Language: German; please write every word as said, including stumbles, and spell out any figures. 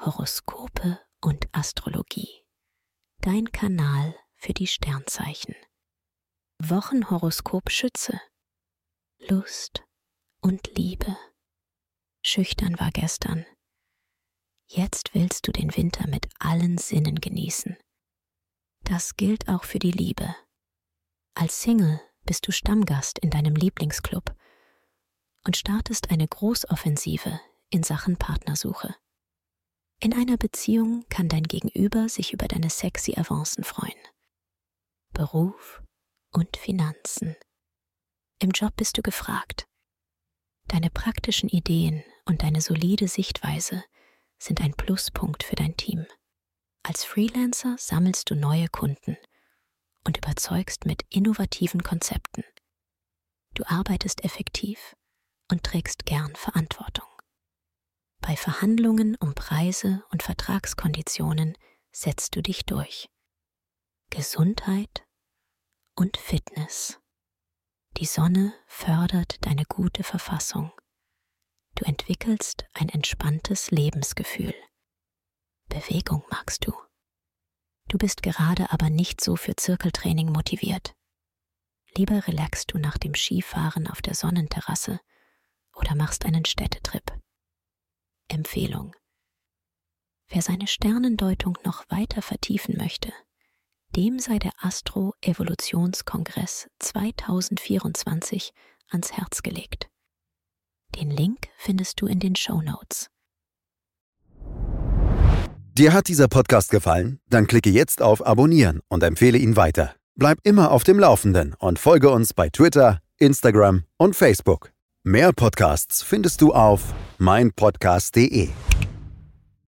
Horoskope und Astrologie. Dein Kanal für die Sternzeichen. Wochenhoroskop Schütze. Lust und Liebe. Schüchtern war gestern. Jetzt willst du den Winter mit allen Sinnen genießen. Das gilt auch für die Liebe. Als Single bist du Stammgast in deinem Lieblingsclub und startest eine Großoffensive in Sachen Partnersuche. In einer Beziehung kann dein Gegenüber sich über deine sexy Avancen freuen. Beruf und Finanzen. Im Job bist du gefragt. Deine praktischen Ideen und deine solide Sichtweise sind ein Pluspunkt für dein Team. Als Freelancer sammelst du neue Kunden und überzeugst mit innovativen Konzepten. Du arbeitest effektiv und trägst gern Verantwortung. Bei Verhandlungen um Preise und Vertragskonditionen setzt du dich durch. Gesundheit und Fitness. Die Sonne fördert deine gute Verfassung. Du entwickelst ein entspanntes Lebensgefühl. Bewegung magst du. Du bist gerade aber nicht so für Zirkeltraining motiviert. Lieber relaxst du nach dem Skifahren auf der Sonnenterrasse oder machst einen Städtetrip. Empfehlung: Wer seine Sternendeutung noch weiter vertiefen möchte, dem sei der Astro-Evolutionskongress zwanzig vierundzwanzig ans Herz gelegt. Den Link findest du in den Shownotes. Dir hat dieser Podcast gefallen? Dann klicke jetzt auf Abonnieren und empfehle ihn weiter. Bleib immer auf dem Laufenden und folge uns bei Twitter, Instagram und Facebook. Mehr Podcasts findest du auf mein podcast punkt de.